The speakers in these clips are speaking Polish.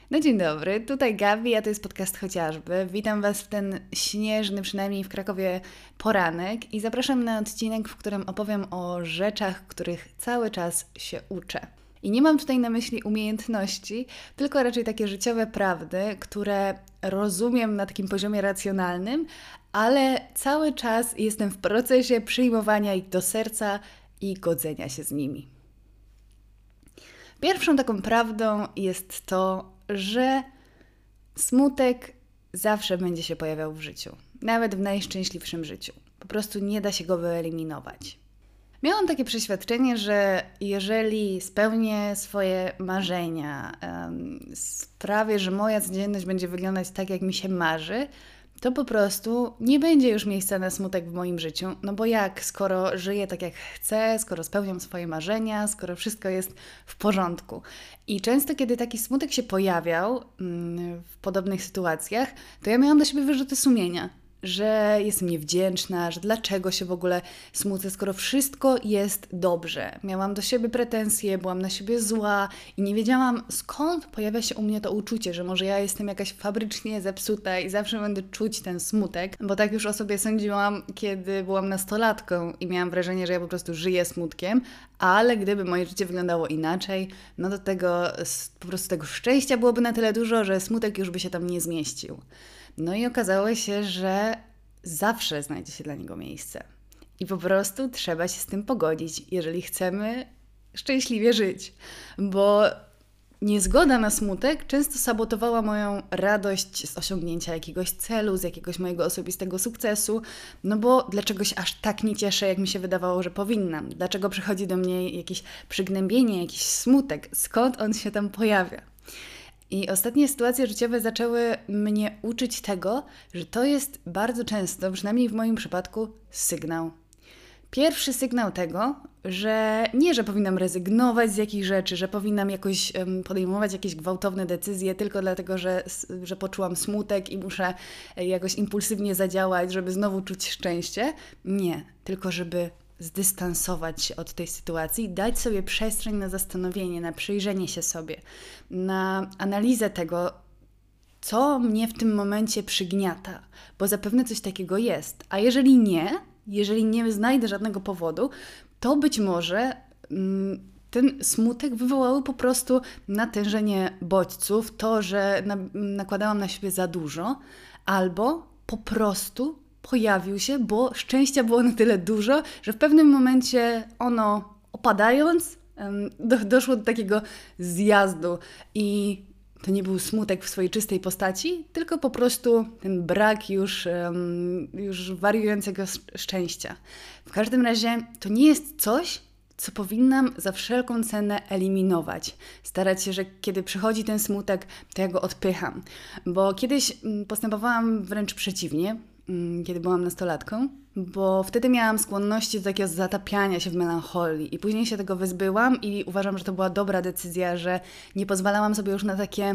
No dzień dobry, tutaj Gabi, a to jest podcast Chociażby. Witam Was w ten śnieżny, przynajmniej w Krakowie, poranek i zapraszam na odcinek, w którym opowiem o rzeczach, których cały czas się uczę. I nie mam tutaj na myśli umiejętności, tylko raczej takie życiowe prawdy, które rozumiem na takim poziomie racjonalnym, ale cały czas jestem w procesie przyjmowania ich do serca i godzenia się z nimi. Pierwszą taką prawdą jest to, że smutek zawsze będzie się pojawiał w życiu, nawet w najszczęśliwszym życiu. Po prostu nie da się go wyeliminować. Miałam takie przeświadczenie, że jeżeli spełnię swoje marzenia, sprawię, że moja codzienność będzie wyglądać tak, jak mi się marzy, to po prostu nie będzie już miejsca na smutek w moim życiu. No bo jak, skoro żyję tak jak chcę, skoro spełniam swoje marzenia, skoro wszystko jest w porządku. I często, kiedy taki smutek się pojawiał w podobnych sytuacjach, to ja miałam do siebie wyrzuty sumienia, że jestem niewdzięczna, że dlaczego się w ogóle smucę, skoro wszystko jest dobrze. Miałam do siebie pretensje, byłam na siebie zła i nie wiedziałam, skąd pojawia się u mnie to uczucie, że może ja jestem jakaś fabrycznie zepsuta i zawsze będę czuć ten smutek, bo tak już o sobie sądziłam, kiedy byłam nastolatką i miałam wrażenie, że ja po prostu żyję smutkiem, ale gdyby moje życie wyglądało inaczej, no to po prostu tego szczęścia byłoby na tyle dużo, że smutek już by się tam nie zmieścił. No i okazało się, że zawsze znajdzie się dla niego miejsce. I po prostu trzeba się z tym pogodzić, jeżeli chcemy szczęśliwie żyć. Bo niezgoda na smutek często sabotowała moją radość z osiągnięcia jakiegoś celu, z jakiegoś mojego osobistego sukcesu, no bo dlaczego się aż tak nie cieszę, jak mi się wydawało, że powinnam? Dlaczego przychodzi do mnie jakieś przygnębienie, jakiś smutek? Skąd on się tam pojawia? I ostatnie sytuacje życiowe zaczęły mnie uczyć tego, że to jest bardzo często, przynajmniej w moim przypadku, sygnał. Pierwszy sygnał tego, że powinnam rezygnować z jakichś rzeczy, że powinnam jakoś podejmować jakieś gwałtowne decyzje tylko dlatego, że poczułam smutek i muszę jakoś impulsywnie zadziałać, żeby znowu czuć szczęście. Nie, tylko żeby zdystansować się od tej sytuacji, dać sobie przestrzeń na zastanowienie, na przyjrzenie się sobie, na analizę tego, co mnie w tym momencie przygniata, bo zapewne coś takiego jest. A jeżeli nie znajdę żadnego powodu, to być może ten smutek wywołały po prostu natężenie bodźców, to, że nakładałam na siebie za dużo, albo po prostu pojawił się, bo szczęścia było na tyle dużo, że w pewnym momencie ono opadając doszło do takiego zjazdu i to nie był smutek w swojej czystej postaci, tylko po prostu ten brak już wariującego szczęścia. W każdym razie to nie jest coś, co powinnam za wszelką cenę eliminować. Starać się, że kiedy przychodzi ten smutek, to ja go odpycham. Bo kiedyś postępowałam wręcz przeciwnie, kiedy byłam nastolatką, bo wtedy miałam skłonności do takiego zatapiania się w melancholii i później się tego wyzbyłam i uważam, że to była dobra decyzja, że nie pozwalałam sobie już na takie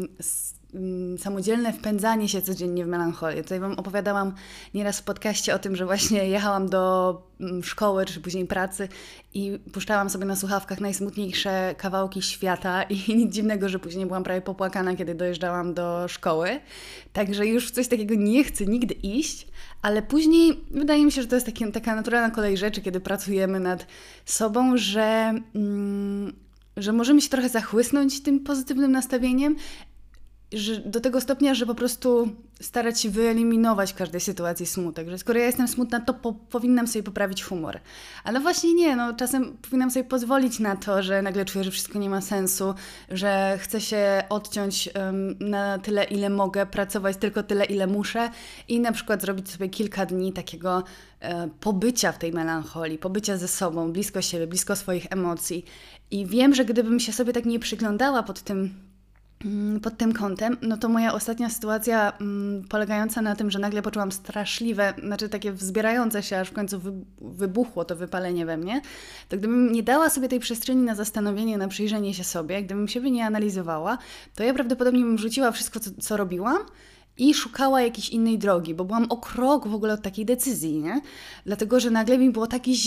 samodzielne wpędzanie się codziennie w melancholię. Tutaj Wam opowiadałam nieraz w podcaście o tym, że właśnie jechałam do szkoły czy później pracy i puszczałam sobie na słuchawkach najsmutniejsze kawałki świata i nic dziwnego, że później byłam prawie popłakana, kiedy dojeżdżałam do szkoły. Także już w coś takiego nie chcę nigdy iść, ale później wydaje mi się, że to jest taka naturalna kolej rzeczy, kiedy pracujemy nad sobą, że możemy się trochę zachłysnąć tym pozytywnym nastawieniem, że do tego stopnia, że po prostu starać się wyeliminować w każdej sytuacji smutek, że skoro ja jestem smutna, to powinnam sobie poprawić humor. Ale właśnie nie, czasem powinnam sobie pozwolić na to, że nagle czuję, że wszystko nie ma sensu, że chcę się odciąć na tyle, ile mogę, pracować tylko tyle, ile muszę i na przykład zrobić sobie kilka dni takiego pobycia w tej melancholii, pobycia ze sobą, blisko siebie, blisko swoich emocji. I wiem, że gdybym się sobie tak nie przyglądała pod tym kątem, no to moja ostatnia sytuacja polegająca na tym, że nagle poczułam straszliwe, takie wzbierające się, aż w końcu wybuchło to wypalenie we mnie, to gdybym nie dała sobie tej przestrzeni na zastanowienie, na przyjrzenie się sobie, gdybym siebie nie analizowała, to ja prawdopodobnie bym rzuciła wszystko, co robiłam i szukała jakiejś innej drogi, bo byłam o krok w ogóle od takiej decyzji, nie? Dlatego, że nagle mi było tak źle,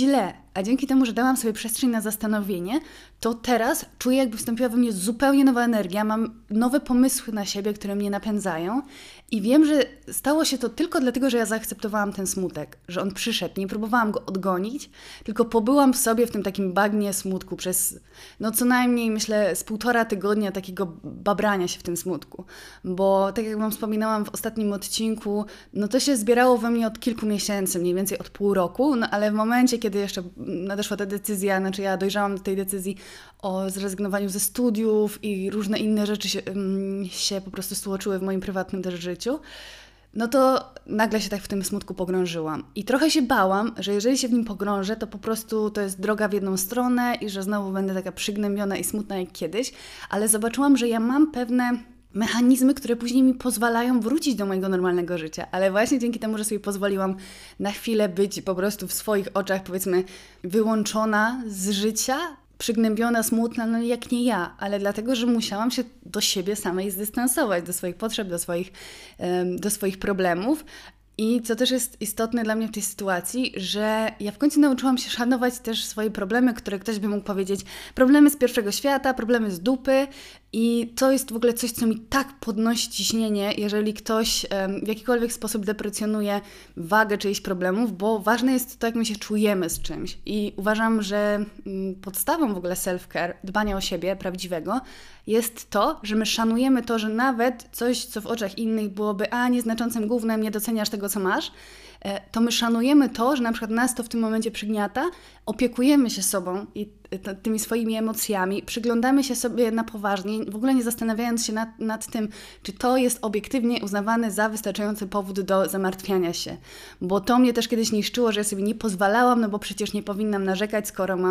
a dzięki temu, że dałam sobie przestrzeń na zastanowienie, to teraz czuję, jakby wstąpiła we mnie zupełnie nowa energia, mam nowe pomysły na siebie, które mnie napędzają i wiem, że stało się to tylko dlatego, że ja zaakceptowałam ten smutek, że on przyszedł, nie próbowałam go odgonić, tylko pobyłam w sobie w tym takim bagnie smutku przez, no co najmniej myślę z 1,5 tygodnia takiego babrania się w tym smutku, bo tak jak Wam wspominałam w ostatnim odcinku, no to się zbierało we mnie od kilku miesięcy, mniej więcej od pół roku, no ale w momencie, kiedy jeszcze nadeszła ta decyzja, znaczy ja dojrzałam do tej decyzji o zrezygnowaniu ze studiów i różne inne rzeczy się po prostu stłoczyły w moim prywatnym też życiu, no to nagle się tak w tym smutku pogrążyłam. I trochę się bałam, że jeżeli się w nim pogrążę, to po prostu to jest droga w jedną stronę i że znowu będę taka przygnębiona i smutna jak kiedyś, ale zobaczyłam, że ja mam pewne mechanizmy, które później mi pozwalają wrócić do mojego normalnego życia, ale właśnie dzięki temu, że sobie pozwoliłam na chwilę być po prostu w swoich oczach, powiedzmy, wyłączona z życia, przygnębiona, smutna, no jak nie ja, ale dlatego, że musiałam się do siebie samej zdystansować, do swoich potrzeb, do swoich problemów. I co też jest istotne dla mnie w tej sytuacji, że ja w końcu nauczyłam się szanować też swoje problemy, które ktoś by mógł powiedzieć, problemy z pierwszego świata, problemy z dupy i to jest w ogóle coś, co mi tak podnosi ciśnienie, jeżeli ktoś w jakikolwiek sposób deprecjonuje wagę czyichś problemów, bo ważne jest to, jak my się czujemy z czymś i uważam, że podstawą w ogóle self-care, dbania o siebie prawdziwego, jest to, że my szanujemy to, że nawet coś, co w oczach innych byłoby nieznaczącym gównem, nie doceniasz tego, co masz, to my szanujemy to, że na przykład nas to w tym momencie przygniata, opiekujemy się sobą i tymi swoimi emocjami, przyglądamy się sobie na poważnie, w ogóle nie zastanawiając się nad tym, czy to jest obiektywnie uznawane za wystarczający powód do zamartwiania się. Bo to mnie też kiedyś niszczyło, że ja sobie nie pozwalałam, no bo przecież nie powinnam narzekać,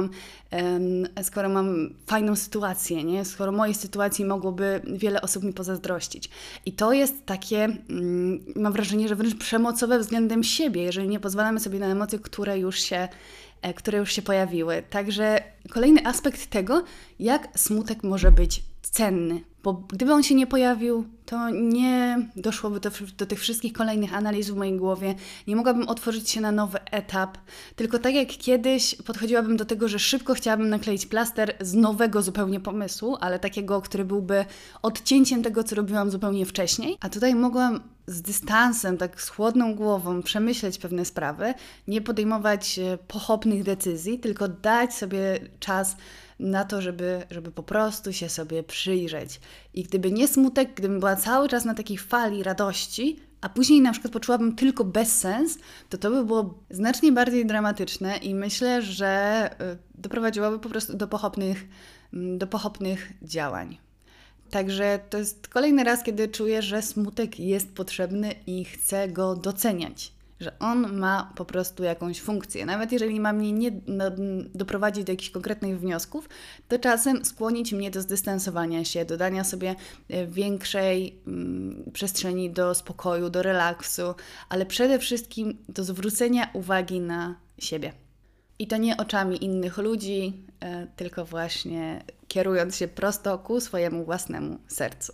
skoro mam fajną sytuację, nie? Skoro mojej sytuacji mogłoby wiele osób mi pozazdrościć. I to jest takie, mam wrażenie, że wręcz przemocowe względem siebie, jeżeli nie pozwalamy sobie na emocje, które już się pojawiły. Także kolejny aspekt tego, jak smutek może być cenny. Bo gdyby on się nie pojawił, to nie doszłoby do tych wszystkich kolejnych analiz w mojej głowie. Nie mogłabym otworzyć się na nowy etap. Tylko tak jak kiedyś podchodziłabym do tego, że szybko chciałabym nakleić plaster z nowego zupełnie pomysłu, ale takiego, który byłby odcięciem tego, co robiłam zupełnie wcześniej. A tutaj mogłam z dystansem, tak z chłodną głową przemyśleć pewne sprawy, nie podejmować pochopnych decyzji, tylko dać sobie czas na to, żeby po prostu się sobie przyjrzeć. I gdyby nie smutek, gdybym była cały czas na takiej fali radości, a później na przykład poczułabym tylko bezsens, to by było znacznie bardziej dramatyczne i myślę, że doprowadziłoby po prostu do pochopnych działań. Także to jest kolejny raz, kiedy czuję, że smutek jest potrzebny i chcę go doceniać. Że on ma po prostu jakąś funkcję. Nawet jeżeli ma mnie nie doprowadzić do jakichś konkretnych wniosków, to czasem skłonić mnie do zdystansowania się, do dania sobie większej przestrzeni do spokoju, do relaksu, ale przede wszystkim do zwrócenia uwagi na siebie. I to nie oczami innych ludzi, tylko właśnie kierując się prosto ku swojemu własnemu sercu.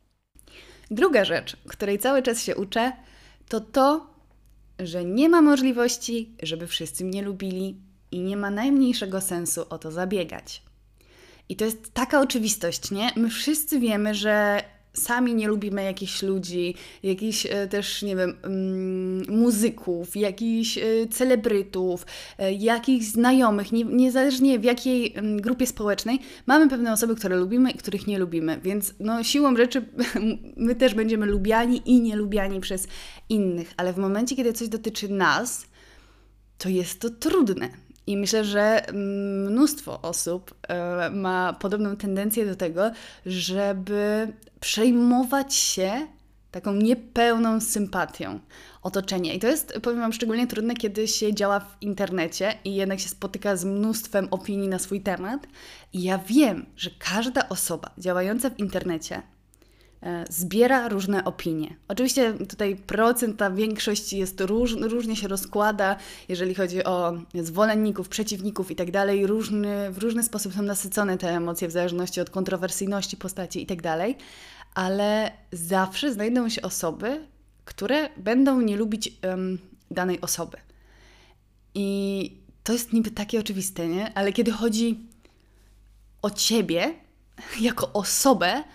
Druga rzecz, której cały czas się uczę, to, że nie ma możliwości, żeby wszyscy mnie lubili i nie ma najmniejszego sensu o to zabiegać. I to jest taka oczywistość, nie? My wszyscy wiemy, że sami nie lubimy jakichś ludzi, jakichś też, nie wiem, muzyków, jakichś celebrytów, jakichś znajomych, niezależnie w jakiej grupie społecznej, mamy pewne osoby, które lubimy i których nie lubimy, więc no, siłą rzeczy my też będziemy lubiani i nielubiani przez innych, ale w momencie, kiedy coś dotyczy nas, to jest to trudne. I myślę, że mnóstwo osób ma podobną tendencję do tego, żeby przejmować się taką niepełną sympatią otoczenia. I to jest, powiem Wam, szczególnie trudne, kiedy się działa w internecie i jednak się spotyka z mnóstwem opinii na swój temat. I ja wiem, że każda osoba działająca w internecie zbiera różne opinie. Oczywiście tutaj ta większość jest różnie się rozkłada, jeżeli chodzi o zwolenników, przeciwników i tak dalej. W różny sposób są nasycone te emocje w zależności od kontrowersyjności postaci i tak dalej, ale zawsze znajdą się osoby, które będą nie lubić danej osoby. I to jest niby takie oczywiste, nie? Ale kiedy chodzi o ciebie jako osobę,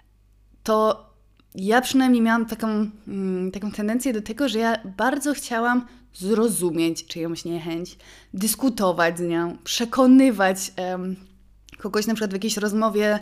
to ja przynajmniej miałam taką tendencję do tego, że ja bardzo chciałam zrozumieć czyjąś niechęć, dyskutować z nią, przekonywać kogoś na przykład w jakiejś rozmowie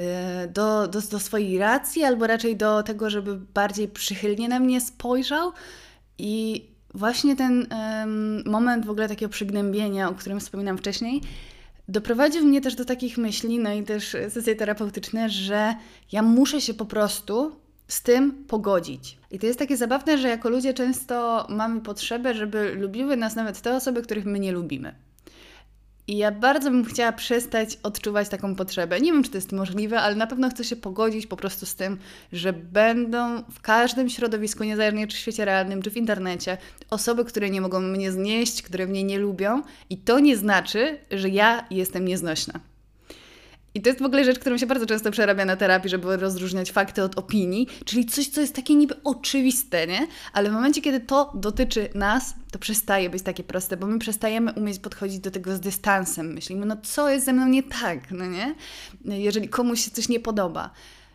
do swojej racji, albo raczej do tego, żeby bardziej przychylnie na mnie spojrzał. I właśnie ten moment w ogóle takiego przygnębienia, o którym wspominam wcześniej, doprowadził mnie też do takich myśli, no i też sesje terapeutyczne, że ja muszę się po prostu z tym pogodzić. I to jest takie zabawne, że jako ludzie często mamy potrzebę, żeby lubiły nas nawet te osoby, których my nie lubimy. I ja bardzo bym chciała przestać odczuwać taką potrzebę. Nie wiem, czy to jest możliwe, ale na pewno chcę się pogodzić po prostu z tym, że będą w każdym środowisku, niezależnie czy w świecie realnym, czy w internecie, osoby, które nie mogą mnie znieść, które mnie nie lubią. I to nie znaczy, że ja jestem nieznośna. I to jest w ogóle rzecz, którą się bardzo często przerabia na terapii, żeby rozróżniać fakty od opinii, czyli coś, co jest takie niby oczywiste, nie? Ale w momencie, kiedy to dotyczy nas, to przestaje być takie proste, bo my przestajemy umieć podchodzić do tego z dystansem. Myślimy, no co jest ze mną nie tak, no nie? Jeżeli komuś się coś nie podoba.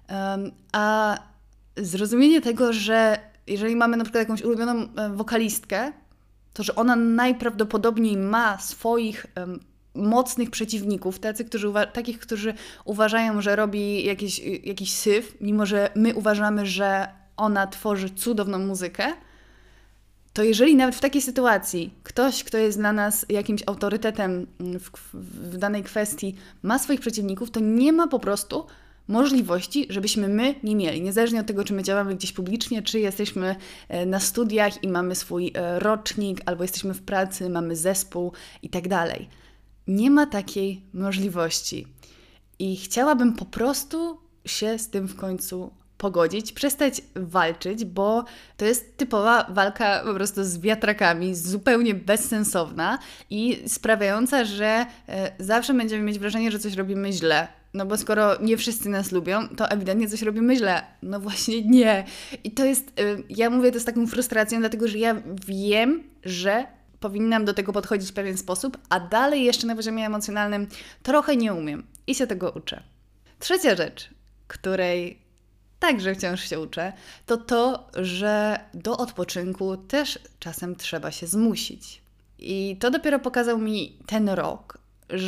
A zrozumienie tego, że jeżeli mamy na przykład jakąś ulubioną wokalistkę, to że ona najprawdopodobniej ma swoich mocnych przeciwników, takich, którzy uważają, że robi jakiś syf, mimo że my uważamy, że ona tworzy cudowną muzykę, to jeżeli nawet w takiej sytuacji ktoś, kto jest dla nas jakimś autorytetem w danej kwestii, ma swoich przeciwników, to nie ma po prostu możliwości, żebyśmy my nie mieli. Niezależnie od tego, czy my działamy gdzieś publicznie, czy jesteśmy na studiach i mamy swój rocznik, albo jesteśmy w pracy, mamy zespół i tak dalej. Nie ma takiej możliwości. I chciałabym po prostu się z tym w końcu pogodzić, przestać walczyć, bo to jest typowa walka po prostu z wiatrakami, zupełnie bezsensowna i sprawiająca, że zawsze będziemy mieć wrażenie, że coś robimy źle. No bo skoro nie wszyscy nas lubią, to ewidentnie coś robimy źle. No właśnie nie. I to jest, ja mówię to z taką frustracją, dlatego że ja wiem, że powinnam do tego podchodzić w pewien sposób, a dalej jeszcze na poziomie emocjonalnym trochę nie umiem i się tego uczę. Trzecia rzecz, której także wciąż się uczę, to to, że do odpoczynku też czasem trzeba się zmusić. I to dopiero pokazał mi ten rok,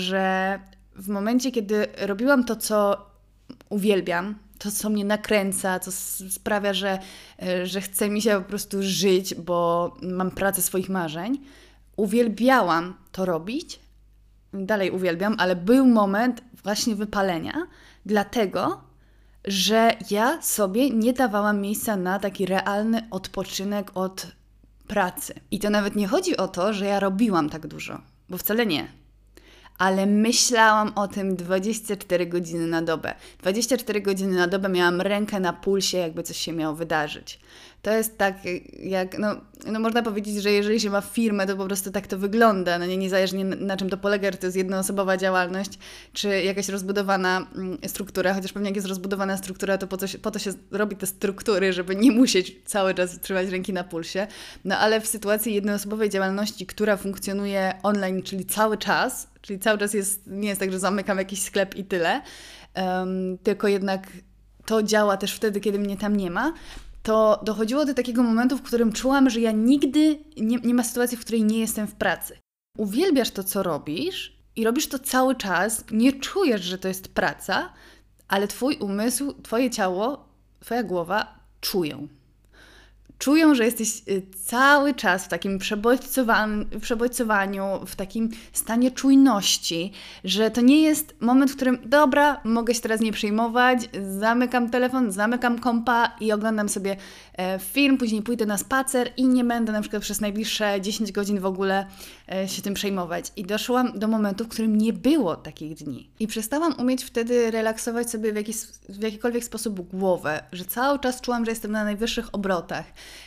że w momencie, kiedy robiłam to, co uwielbiam, to, co mnie nakręca, co sprawia, że chce mi się po prostu żyć, bo mam pracę swoich marzeń, uwielbiałam to robić, dalej uwielbiam, ale był moment właśnie wypalenia, dlatego, że ja sobie nie dawałam miejsca na taki realny odpoczynek od pracy. I to nawet nie chodzi o to, że ja robiłam tak dużo, bo wcale nie. Ale myślałam o tym 24 godziny na dobę. 24 godziny na dobę miałam rękę na pulsie, jakby coś się miało wydarzyć. To jest tak jak, no można powiedzieć, że jeżeli się ma firmę, to po prostu tak to wygląda. No niezależnie na czym to polega, czy to jest jednoosobowa działalność, czy jakaś rozbudowana struktura, chociaż pewnie jak jest rozbudowana struktura, to po to się robi te struktury, żeby nie musieć cały czas trzymać ręki na pulsie. No ale w sytuacji jednoosobowej działalności, która funkcjonuje online, czyli cały czas nie jest tak, że zamykam jakiś sklep i tyle, tylko jednak to działa też wtedy, kiedy mnie tam nie ma, to dochodziło do takiego momentu, w którym czułam, że ja nigdy nie ma sytuacji, w której nie jestem w pracy. Uwielbiasz to, co robisz i robisz to cały czas, nie czujesz, że to jest praca, ale twój umysł, twoje ciało, twoja głowa czują. Czują, że jesteś cały czas w takim przebodźcowaniu, w takim stanie czujności, że to nie jest moment, w którym dobra, mogę się teraz nie przejmować, zamykam telefon, zamykam kompa i oglądam sobie film, później pójdę na spacer i nie będę na przykład przez najbliższe 10 godzin w ogóle się tym przejmować. I doszłam do momentu, w którym nie było takich dni. I przestałam umieć wtedy relaksować sobie w jakikolwiek sposób głowę, że cały czas czułam, że jestem na najwyższych obrotach.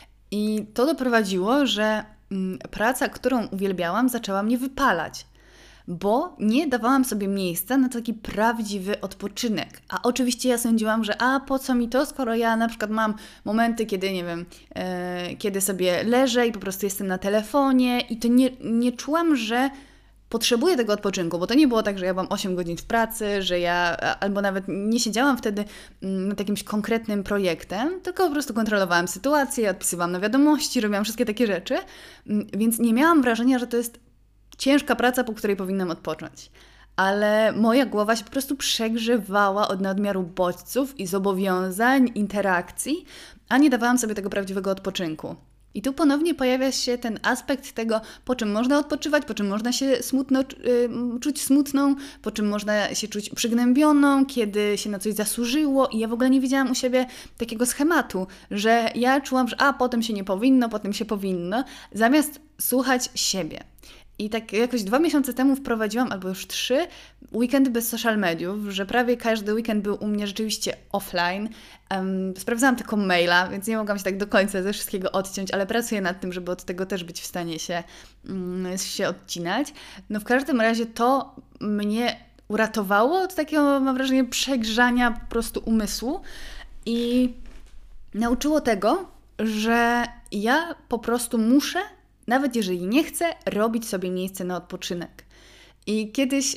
I to doprowadziło, że praca, którą uwielbiałam, zaczęła mnie wypalać, bo nie dawałam sobie miejsca na taki prawdziwy odpoczynek. A oczywiście ja sądziłam, że po co mi to, skoro ja na przykład mam momenty, kiedy, nie wiem, kiedy sobie leżę i po prostu jestem na telefonie i to nie czułam, że potrzebuję tego odpoczynku, bo to nie było tak, że ja byłam 8 godzin w pracy, że ja albo nawet nie siedziałam wtedy nad jakimś konkretnym projektem, tylko po prostu kontrolowałam sytuację, odpisywałam na wiadomości, robiłam wszystkie takie rzeczy, więc nie miałam wrażenia, że to jest ciężka praca, po której powinnam odpocząć. Ale moja głowa się po prostu przegrzewała od nadmiaru bodźców i zobowiązań, interakcji, a nie dawałam sobie tego prawdziwego odpoczynku. I tu ponownie pojawia się ten aspekt tego, po czym można odpoczywać, po czym można się czuć smutną, po czym można się czuć przygnębioną, kiedy się na coś zasłużyło. I ja w ogóle nie widziałam u siebie takiego schematu, że ja czułam, że potem się nie powinno, potem się powinno, zamiast słuchać siebie. I tak jakoś 2 miesiące temu wprowadziłam, albo już 3, weekendy bez social mediów, że prawie każdy weekend był u mnie rzeczywiście offline. Sprawdzałam tylko maila, więc nie mogłam się tak do końca ze wszystkiego odciąć, ale pracuję nad tym, żeby od tego też być w stanie się odcinać. No w każdym razie to mnie uratowało od takiego, mam wrażenie, przegrzania po prostu umysłu i nauczyło tego, że ja po prostu muszę, nawet jeżeli nie chcę, robić sobie miejsce na odpoczynek. I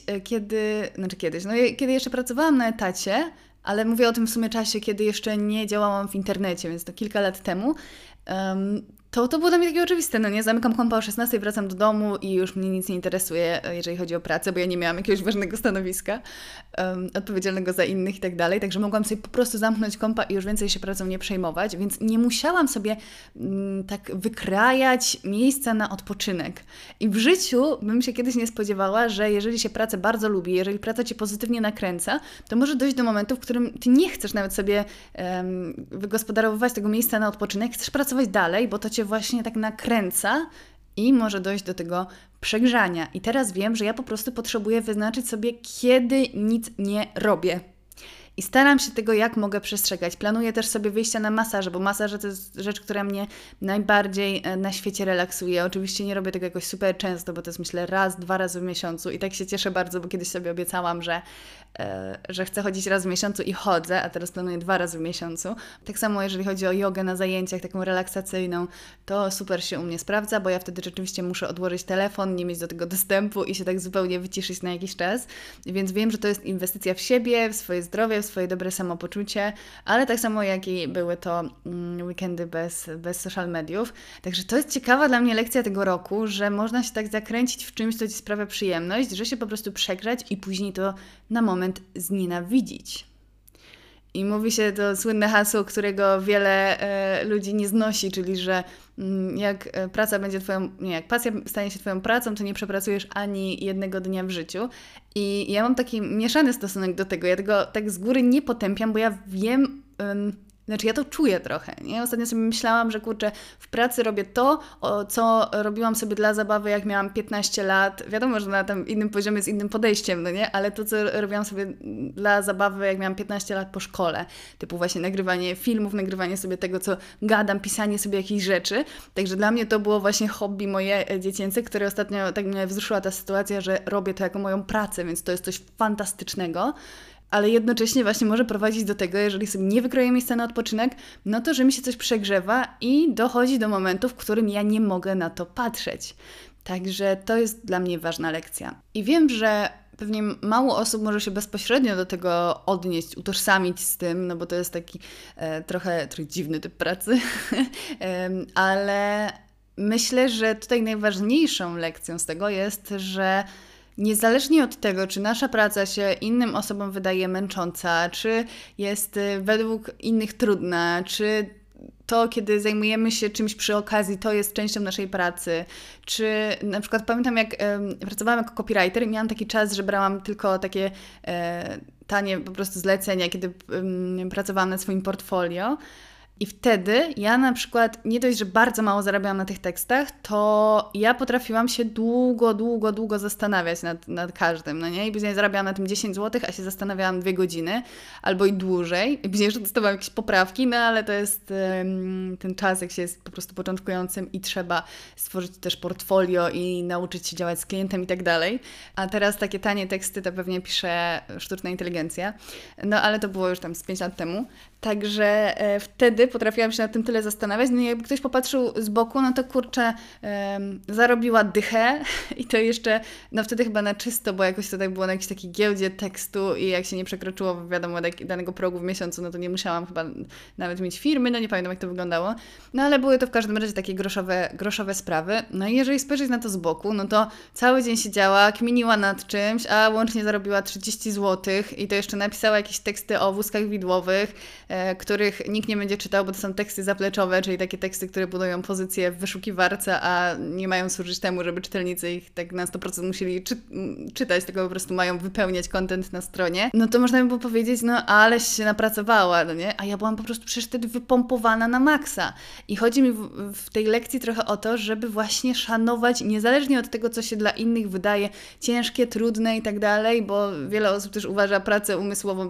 kiedy jeszcze pracowałam na etacie, ale mówię o tym w sumie czasie, kiedy jeszcze nie działałam w internecie, więc to kilka lat temu, to było dla mnie takie oczywiste, no nie? Zamykam kompa o 16, wracam do domu i już mnie nic nie interesuje, jeżeli chodzi o pracę, bo ja nie miałam jakiegoś ważnego stanowiska odpowiedzialnego za innych i tak dalej, także mogłam sobie po prostu zamknąć kompa i już więcej się pracą nie przejmować, więc nie musiałam sobie tak wykrajać miejsca na odpoczynek. I w życiu bym się kiedyś nie spodziewała, że jeżeli się pracę bardzo lubi, jeżeli praca Cię pozytywnie nakręca, to może dojść do momentu, w którym Ty nie chcesz nawet sobie wygospodarowywać tego miejsca na odpoczynek, chcesz pracować dalej, bo to Cię właśnie tak nakręca i może dojść do tego przegrzania. I teraz wiem, że ja po prostu potrzebuję wyznaczyć sobie, kiedy nic nie robię. I staram się tego, jak mogę przestrzegać. Planuję też sobie wyjścia na masaże, bo masaże to jest rzecz, która mnie najbardziej na świecie relaksuje. Oczywiście nie robię tego jakoś super często, bo to jest myślę 1-2 razy w miesiącu i tak się cieszę bardzo, bo kiedyś sobie obiecałam, że chcę chodzić raz w miesiącu i chodzę, a teraz planuję 2 razy w miesiącu. Tak samo jeżeli chodzi o jogę na zajęciach, taką relaksacyjną, to super się u mnie sprawdza, bo ja wtedy rzeczywiście muszę odłożyć telefon, nie mieć do tego dostępu i się tak zupełnie wyciszyć na jakiś czas. Więc wiem, że to jest inwestycja w siebie, w swoje zdrowie, w swoje dobre samopoczucie, ale tak samo jak i były to weekendy bez social mediów. Także to jest ciekawa dla mnie lekcja tego roku, że można się tak zakręcić w czymś, co Ci sprawia przyjemność, że się po prostu przegrzać i później to na moment znienawidzić. I mówi się to słynne hasło, którego wiele ludzi nie znosi, czyli że jak pasja stanie się Twoją pracą, to nie przepracujesz ani jednego dnia w życiu. I ja mam taki mieszany stosunek do tego. Ja tego tak z góry nie potępiam, bo ja wiem, ja to czuję trochę, nie? Ostatnio sobie myślałam, że kurczę, w pracy robię to, co robiłam sobie dla zabawy, jak miałam 15 lat. Wiadomo, że na tam innym poziomie, z innym podejściem, no nie? Ale to, co robiłam sobie dla zabawy, jak miałam 15 lat po szkole. Typu właśnie nagrywanie filmów, nagrywanie sobie tego, co gadam, pisanie sobie jakichś rzeczy. Także dla mnie to było właśnie hobby moje dziecięce, które ostatnio tak mnie wzruszyła ta sytuacja, że robię to jako moją pracę, więc to jest coś fantastycznego. Ale jednocześnie właśnie może prowadzić do tego, jeżeli sobie nie wykroję miejsca na odpoczynek, no to, że mi się coś przegrzewa i dochodzi do momentu, w którym ja nie mogę na to patrzeć. Także to jest dla mnie ważna lekcja. I wiem, że pewnie mało osób może się bezpośrednio do tego odnieść, utożsamić z tym, no bo to jest taki trochę dziwny typ pracy, ale myślę, że tutaj najważniejszą lekcją z tego jest, że niezależnie od tego, czy nasza praca się innym osobom wydaje męcząca, czy jest według innych trudna, czy to, kiedy zajmujemy się czymś przy okazji, to jest częścią naszej pracy, czy na przykład pamiętam, jak pracowałam jako copywriter i miałam taki czas, że brałam tylko takie tanie po prostu zlecenia, kiedy pracowałam nad swoim portfolio. I wtedy ja na przykład nie dość, że bardzo mało zarabiałam na tych tekstach, to ja potrafiłam się długo zastanawiać nad każdym, no nie? I później zarabiałam na tym 10 zł, a się zastanawiałam 2 godziny albo i dłużej. I później jeszcze dostawałam jakieś poprawki, no ale to jest ten czas, jak się jest po prostu początkującym i trzeba stworzyć też portfolio i nauczyć się działać z klientem i tak dalej. A teraz takie tanie teksty to pewnie pisze sztuczna inteligencja. No ale to było już tam z 5 lat temu. Także wtedy potrafiłam się nad tym tyle zastanawiać. No i jakby ktoś popatrzył z boku, no to kurczę, zarobiła dychę i to jeszcze, no wtedy chyba na czysto, bo jakoś to tak było na jakiejś takiej giełdzie tekstu i jak się nie przekroczyło, wiadomo, danego progu w miesiącu, no to nie musiałam chyba nawet mieć firmy, no nie pamiętam jak to wyglądało. No ale były to w każdym razie takie groszowe sprawy. No i jeżeli spojrzeć na to z boku, no to cały dzień siedziała, kminiła nad czymś, a łącznie zarobiła 30 zł i to jeszcze napisała jakieś teksty o wózkach widłowych, których nikt nie będzie czytał, bo to są teksty zapleczowe, czyli takie teksty, które budują pozycję w wyszukiwarce, a nie mają służyć temu, żeby czytelnicy ich tak na 100% musieli czytać, tylko po prostu mają wypełniać content na stronie. No to można by było powiedzieć, no aleś się napracowała, no nie? A ja byłam po prostu przecież wtedy wypompowana na maksa. I chodzi mi w tej lekcji trochę o to, żeby właśnie szanować, niezależnie od tego, co się dla innych wydaje ciężkie, trudne i tak dalej, bo wiele osób też uważa pracę umysłową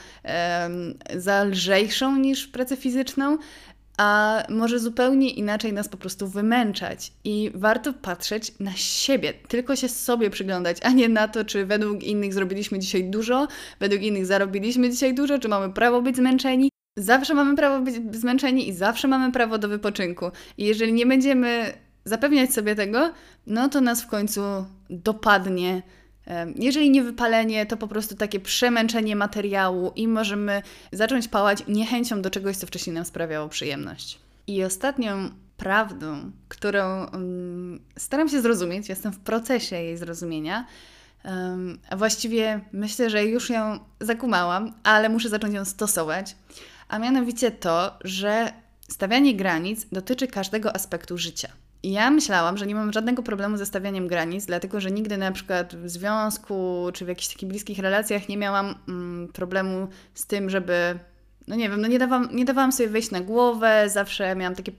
za lżejszą niż pracę fizyczną, a może zupełnie inaczej nas po prostu wymęczać. I warto patrzeć na siebie, tylko się sobie przyglądać, a nie na to, czy według innych zrobiliśmy dzisiaj dużo, według innych zarobiliśmy dzisiaj dużo, czy mamy prawo być zmęczeni. Zawsze mamy prawo być zmęczeni i zawsze mamy prawo do wypoczynku. I jeżeli nie będziemy zapewniać sobie tego, no to nas w końcu dopadnie. Jeżeli nie wypalenie, to po prostu takie przemęczenie materiału i możemy zacząć pałać niechęcią do czegoś, co wcześniej nam sprawiało przyjemność. I ostatnią prawdą, którą staram się zrozumieć, jestem w procesie jej zrozumienia, a właściwie myślę, że już ją zakumałam, ale muszę zacząć ją stosować, a mianowicie to, że stawianie granic dotyczy każdego aspektu życia. I ja myślałam, że nie mam żadnego problemu ze stawianiem granic, dlatego że nigdy na przykład w związku czy w jakichś takich bliskich relacjach nie miałam problemu z tym, żeby, no nie wiem, no nie dawałam sobie wejść na głowę, zawsze miałam takie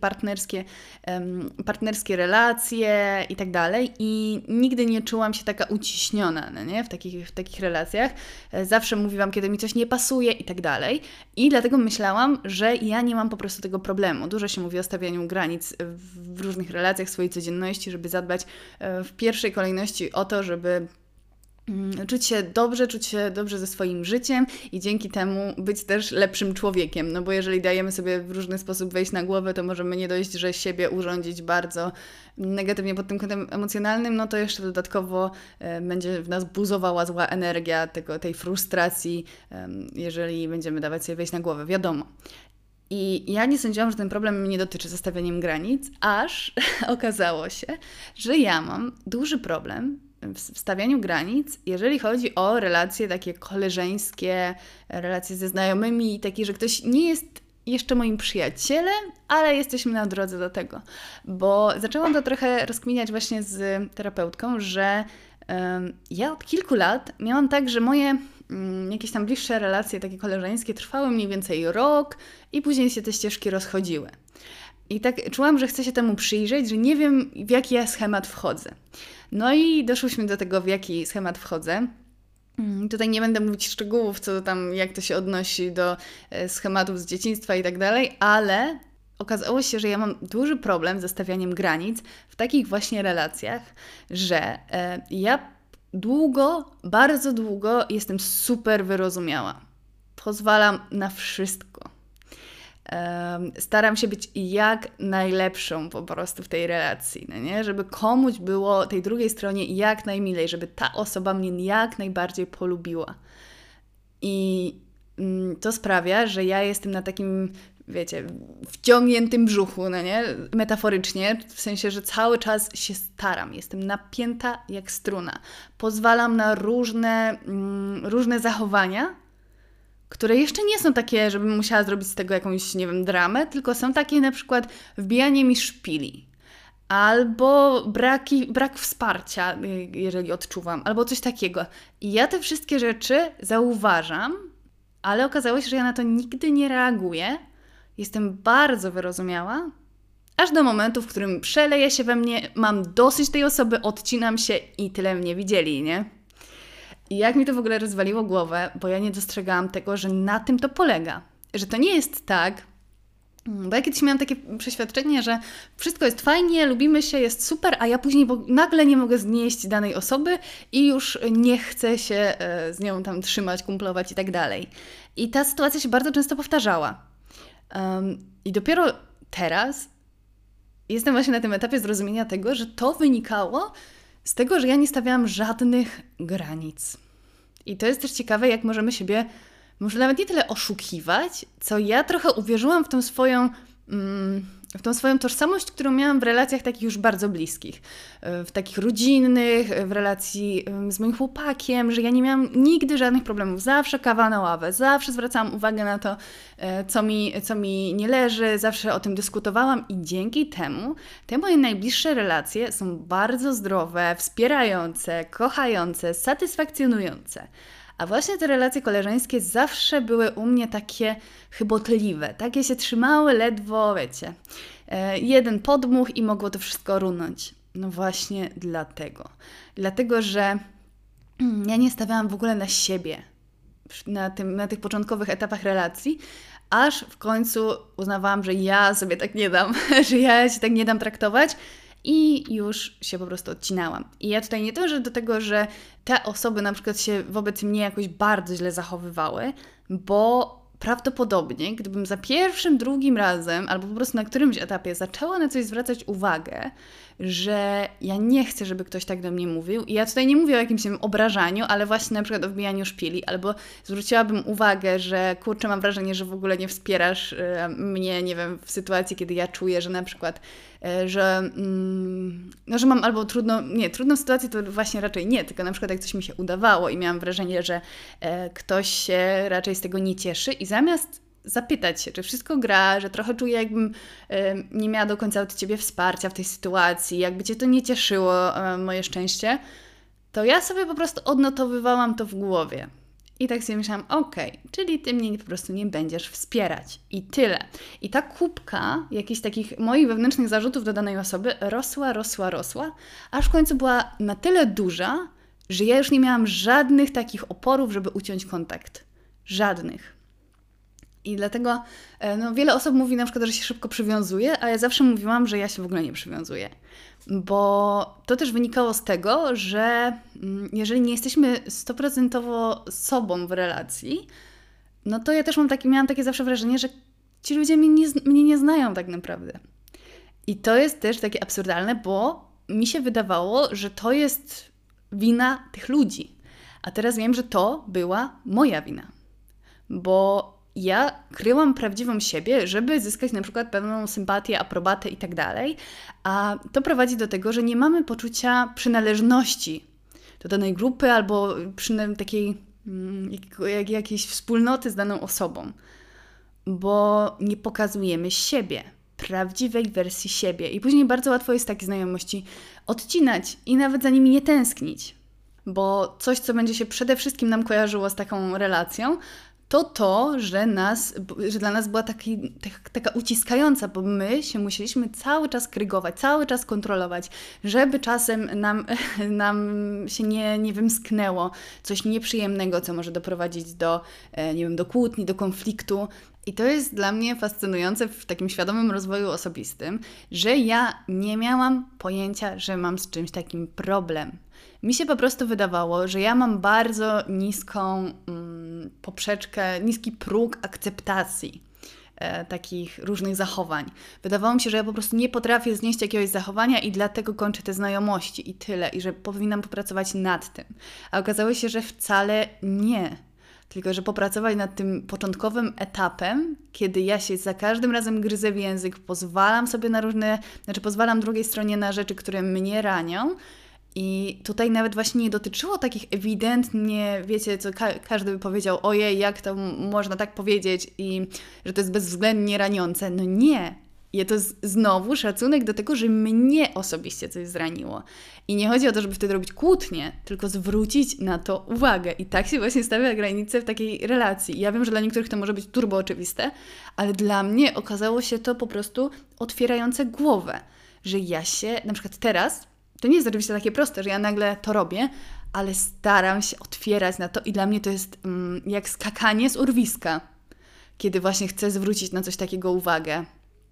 partnerskie relacje i tak dalej i nigdy nie czułam się taka uciśniona, no nie? W takich relacjach. Zawsze mówiłam, kiedy mi coś nie pasuje i tak dalej i dlatego myślałam, że ja nie mam po prostu tego problemu. Dużo się mówi o stawianiu granic w różnych relacjach, w swojej codzienności, żeby zadbać w pierwszej kolejności o to, żeby czuć się dobrze ze swoim życiem i dzięki temu być też lepszym człowiekiem, no bo jeżeli dajemy sobie w różny sposób wejść na głowę, to możemy nie dość, że siebie urządzić bardzo negatywnie pod tym kątem emocjonalnym, no to jeszcze dodatkowo będzie w nas buzowała zła energia tej frustracji, jeżeli będziemy dawać sobie wejść na głowę, wiadomo. I ja nie sądziłam, że ten problem mnie nie dotyczy ze stawianiem granic, aż okazało się, że ja mam duży problem w stawianiu granic, jeżeli chodzi o relacje takie koleżeńskie, relacje ze znajomymi, takie, że ktoś nie jest jeszcze moim przyjacielem, ale jesteśmy na drodze do tego. Bo zaczęłam to trochę rozkminiać właśnie z terapeutką, że ja od kilku lat miałam tak, że moje jakieś tam bliższe relacje takie koleżeńskie trwały mniej więcej rok i później się te ścieżki rozchodziły. I tak czułam, że chcę się temu przyjrzeć, że nie wiem, w jaki ja schemat wchodzę. No i doszłyśmy do tego, w jaki schemat wchodzę. Tutaj nie będę mówić szczegółów, co tam, jak to się odnosi do schematów z dzieciństwa i tak dalej, ale okazało się, że ja mam duży problem ze stawianiem granic w takich właśnie relacjach, że ja bardzo długo jestem super wyrozumiała. Pozwalam na wszystko. Staram się być jak najlepszą po prostu w tej relacji, no nie? Żeby komuś było tej drugiej stronie jak najmilej, żeby ta osoba mnie jak najbardziej polubiła. I to sprawia, że ja jestem na takim, wiecie, wciągniętym brzuchu, no nie? Metaforycznie, w sensie, że cały czas się staram, jestem napięta jak struna. Pozwalam na różne zachowania, które jeszcze nie są takie, żebym musiała zrobić z tego jakąś, nie wiem, dramę, tylko są takie na przykład wbijanie mi szpili, albo brak wsparcia, jeżeli odczuwam, albo coś takiego. I ja te wszystkie rzeczy zauważam, ale okazało się, że ja na to nigdy nie reaguję. Jestem bardzo wyrozumiała, aż do momentu, w którym przeleje się we mnie, mam dosyć tej osoby, odcinam się i tyle mnie widzieli, nie? I jak mi to w ogóle rozwaliło głowę, bo ja nie dostrzegałam tego, że na tym to polega. Że to nie jest tak, Bo ja kiedyś miałam takie przeświadczenie, że wszystko jest fajnie, lubimy się, jest super, a ja później nagle nie mogę znieść danej osoby i już nie chcę się z nią tam trzymać, kumplować i tak dalej. I ta sytuacja się bardzo często powtarzała. I dopiero teraz jestem właśnie na tym etapie zrozumienia tego, że to wynikało z tego, że ja nie stawiałam żadnych granic. I to jest też ciekawe, jak możemy siebie może nawet nie tyle oszukiwać, co ja trochę uwierzyłam w tą swoją tożsamość, którą miałam w relacjach takich już bardzo bliskich. W takich rodzinnych, w relacji z moim chłopakiem, że ja nie miałam nigdy żadnych problemów. Zawsze kawa na ławę, zawsze zwracałam uwagę na to, co mi nie leży, zawsze o tym dyskutowałam i dzięki temu te moje najbliższe relacje są bardzo zdrowe, wspierające, kochające, satysfakcjonujące. A właśnie te relacje koleżeńskie zawsze były u mnie takie chybotliwe, takie się trzymały ledwo, wiecie, jeden podmuch i mogło to wszystko runąć. No właśnie dlatego. Dlatego, że ja nie stawiałam w ogóle na siebie na tych początkowych etapach relacji, aż w końcu uznawałam, że ja sobie tak nie dam, że ja się tak nie dam traktować. I już się po prostu odcinałam. I ja tutaj nie dążę do tego, że te osoby na przykład się wobec mnie jakoś bardzo źle zachowywały, bo prawdopodobnie, gdybym za pierwszym, drugim razem albo po prostu na którymś etapie zaczęła na coś zwracać uwagę, że ja nie chcę, żeby ktoś tak do mnie mówił i ja tutaj nie mówię o jakimś obrażaniu, ale właśnie na przykład o wbijaniu szpili, albo zwróciłabym uwagę, że kurczę, mam wrażenie, że w ogóle nie wspierasz mnie, nie wiem, w sytuacji, kiedy ja czuję, że na przykład że mam albo trudną sytuację to właśnie raczej nie, tylko na przykład jak coś mi się udawało i miałam wrażenie, że ktoś się raczej z tego nie cieszy i zamiast zapytać się, czy wszystko gra, że trochę czuję, jakbym nie miała do końca od Ciebie wsparcia w tej sytuacji, jakby Cię to nie cieszyło, moje szczęście, to ja sobie po prostu odnotowywałam to w głowie. I tak sobie myślałam, czyli Ty mnie po prostu nie będziesz wspierać. I tyle. I ta kubka jakichś takich moich wewnętrznych zarzutów do danej osoby rosła, aż w końcu była na tyle duża, że ja już nie miałam żadnych takich oporów, żeby uciąć kontakt. Żadnych. I dlatego wiele osób mówi na przykład, że się szybko przywiązuje, a ja zawsze mówiłam, że ja się w ogóle nie przywiązuję. Bo to też wynikało z tego, że jeżeli nie jesteśmy 100% sobą w relacji, no to ja też miałam takie zawsze wrażenie, że ci ludzie mnie nie znają tak naprawdę. I to jest też takie absurdalne, bo mi się wydawało, że to jest wina tych ludzi. A teraz wiem, że to była moja wina. Bo ja kryłam prawdziwą siebie, żeby zyskać na przykład pewną sympatię, aprobatę i tak dalej, a to prowadzi do tego, że nie mamy poczucia przynależności do danej grupy albo takiej jakiejś wspólnoty z daną osobą, bo nie pokazujemy siebie, prawdziwej wersji siebie i później bardzo łatwo jest takie znajomości odcinać i nawet za nimi nie tęsknić, bo coś, co będzie się przede wszystkim nam kojarzyło z taką relacją, to, że dla nas była taka uciskająca, bo my się musieliśmy cały czas krygować, cały czas kontrolować, żeby czasem nam się nie wymsknęło coś nieprzyjemnego, co może doprowadzić do kłótni, do konfliktu. I to jest dla mnie fascynujące w takim świadomym rozwoju osobistym, że ja nie miałam pojęcia, że mam z czymś takim problem. Mi się po prostu wydawało, że ja mam bardzo niską poprzeczkę, niski próg akceptacji takich różnych zachowań. Wydawało mi się, że ja po prostu nie potrafię znieść jakiegoś zachowania i dlatego kończę te znajomości i tyle. I że powinnam popracować nad tym. A okazało się, że wcale nie. Tylko że popracować nad tym początkowym etapem, kiedy ja się za każdym razem gryzę w język, pozwalam drugiej stronie na rzeczy, które mnie ranią. I tutaj nawet właśnie nie dotyczyło takich ewidentnie, wiecie, co każdy by powiedział, ojej, jak to można tak powiedzieć i że to jest bezwzględnie raniące. No nie. I to jest znowu szacunek do tego, że mnie osobiście coś zraniło. I nie chodzi o to, żeby wtedy robić kłótnię, tylko zwrócić na to uwagę. I tak się właśnie stawia granice w takiej relacji. Ja wiem, że dla niektórych to może być turbo oczywiste, ale dla mnie okazało się to po prostu otwierające głowę. Że ja się, na przykład teraz, to nie jest oczywiście takie proste, że ja nagle to robię, ale staram się otwierać na to i dla mnie to jest jak skakanie z urwiska. kiedy właśnie chcę zwrócić na coś takiego uwagę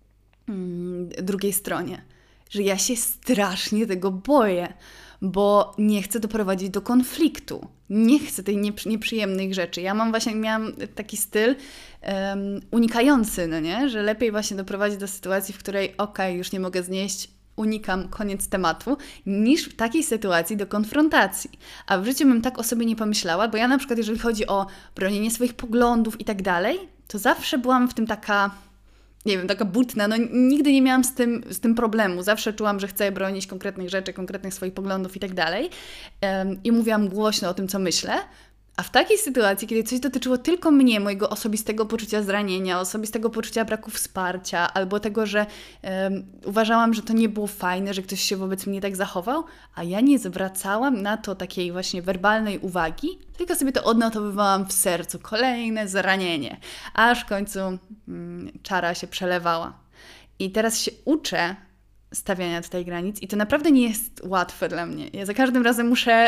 drugiej stronie. Że ja się strasznie tego boję, bo nie chcę doprowadzić do konfliktu. Nie chcę tej nieprzyjemnych rzeczy. Miałam taki styl unikający, no nie? Że lepiej właśnie doprowadzić do sytuacji, w której już nie mogę znieść, unikam, koniec tematu, niż w takiej sytuacji do konfrontacji. A w życiu bym tak o sobie nie pomyślała, bo ja na przykład, jeżeli chodzi o bronienie swoich poglądów i tak dalej, to zawsze byłam w tym taka butna, nigdy nie miałam z tym problemu. Zawsze czułam, że chcę bronić konkretnych rzeczy, konkretnych swoich poglądów i tak dalej. I mówiłam głośno o tym, co myślę. A w takiej sytuacji, kiedy coś dotyczyło tylko mnie, mojego osobistego poczucia zranienia, osobistego poczucia braku wsparcia, albo tego, że uważałam, że to nie było fajne, że ktoś się wobec mnie tak zachował, a ja nie zwracałam na to takiej właśnie werbalnej uwagi, tylko sobie to odnotowywałam w sercu. Kolejne zranienie. Aż w końcu czara się przelewała. I teraz się uczę stawiania tutaj granic i to naprawdę nie jest łatwe dla mnie. Ja za każdym razem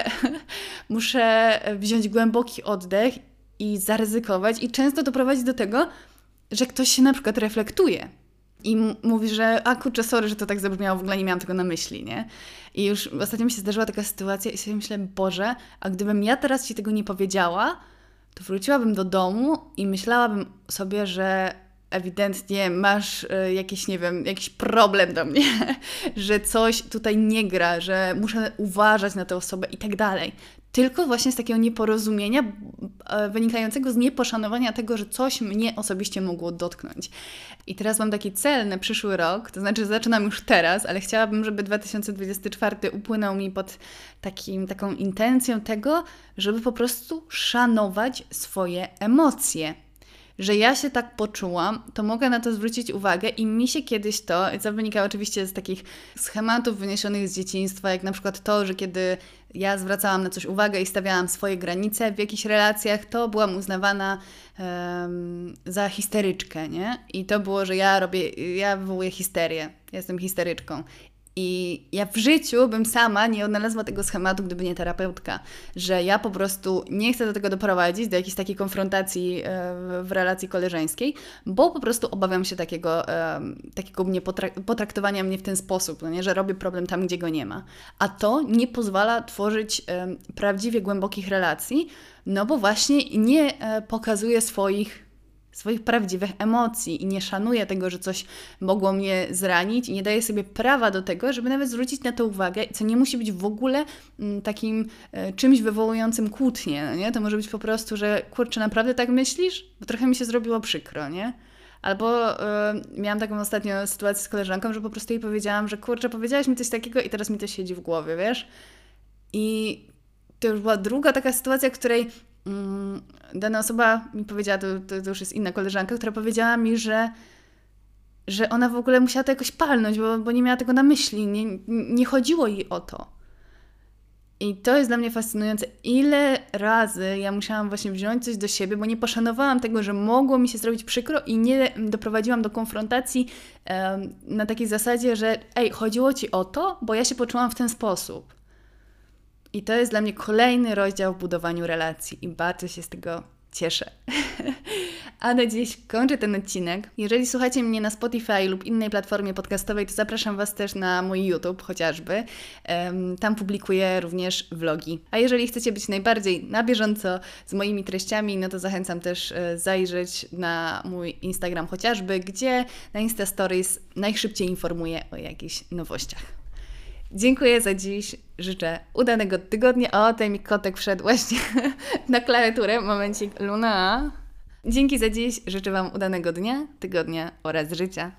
muszę wziąć głęboki oddech i zaryzykować i często doprowadzić do tego, że ktoś się na przykład reflektuje i mówi, że kurczę, sorry, że to tak zabrzmiało, w ogóle nie miałam tego na myśli, nie? I już ostatnio mi się zdarzyła taka sytuacja i sobie myślę, Boże, a gdybym ja teraz Ci tego nie powiedziała, to wróciłabym do domu i myślałabym sobie, że ewidentnie masz jakiś problem do mnie, że coś tutaj nie gra, że muszę uważać na tę osobę i tak dalej. Tylko właśnie z takiego nieporozumienia wynikającego z nieposzanowania tego, że coś mnie osobiście mogło dotknąć. I teraz mam taki cel na przyszły rok, to znaczy zaczynam już teraz, ale chciałabym, żeby 2024 upłynął mi pod taką intencją tego, żeby po prostu szanować swoje emocje. Że ja się tak poczułam, to mogę na to zwrócić uwagę i mi się kiedyś co wynika oczywiście z takich schematów wyniesionych z dzieciństwa, jak na przykład to, że kiedy ja zwracałam na coś uwagę i stawiałam swoje granice w jakichś relacjach, to byłam uznawana za histeryczkę, nie? I to było, że ja wywołuję histerię, jestem histeryczką. I ja w życiu bym sama nie odnalazła tego schematu, gdyby nie terapeutka, że ja po prostu nie chcę do tego doprowadzić, do jakiejś takiej konfrontacji w relacji koleżeńskiej, bo po prostu obawiam się takiego potraktowania mnie w ten sposób, no nie? Że robię problem tam, gdzie go nie ma. A to nie pozwala tworzyć prawdziwie głębokich relacji, no bo właśnie nie pokazuje swoich prawdziwych emocji i nie szanuję tego, że coś mogło mnie zranić i nie daję sobie prawa do tego, żeby nawet zwrócić na to uwagę, co nie musi być w ogóle takim czymś wywołującym kłótnię, no nie? To może być po prostu, że kurczę, naprawdę tak myślisz? Bo trochę mi się zrobiło przykro, nie? Albo miałam taką ostatnio sytuację z koleżanką, że po prostu jej powiedziałam, że kurczę, powiedziałaś mi coś takiego i teraz mi to siedzi w głowie, wiesz? I to już była druga taka sytuacja, w której dana osoba mi powiedziała, to już jest inna koleżanka, która powiedziała mi, że ona w ogóle musiała to jakoś palnąć, bo nie miała tego na myśli, nie chodziło jej o to. I to jest dla mnie fascynujące, ile razy ja musiałam właśnie wziąć coś do siebie, bo nie poszanowałam tego, że mogło mi się zrobić przykro i nie doprowadziłam do konfrontacji na takiej zasadzie, że chodziło Ci o to, bo ja się poczułam w ten sposób. I to jest dla mnie kolejny rozdział w budowaniu relacji i bardzo się z tego cieszę. A na dziś kończę ten odcinek. Jeżeli słuchacie mnie na Spotify lub innej platformie podcastowej, to zapraszam Was też na mój YouTube chociażby. Tam publikuję również vlogi. A jeżeli chcecie być najbardziej na bieżąco z moimi treściami, no to zachęcam też zajrzeć na mój Instagram chociażby, gdzie na Insta Stories najszybciej informuję o jakichś nowościach. Dziękuję za dziś. Życzę udanego tygodnia. O, ten mi kotek wszedł właśnie na klawiaturę. Momencik, Luna. Dzięki za dziś. Życzę Wam udanego dnia, tygodnia oraz życia.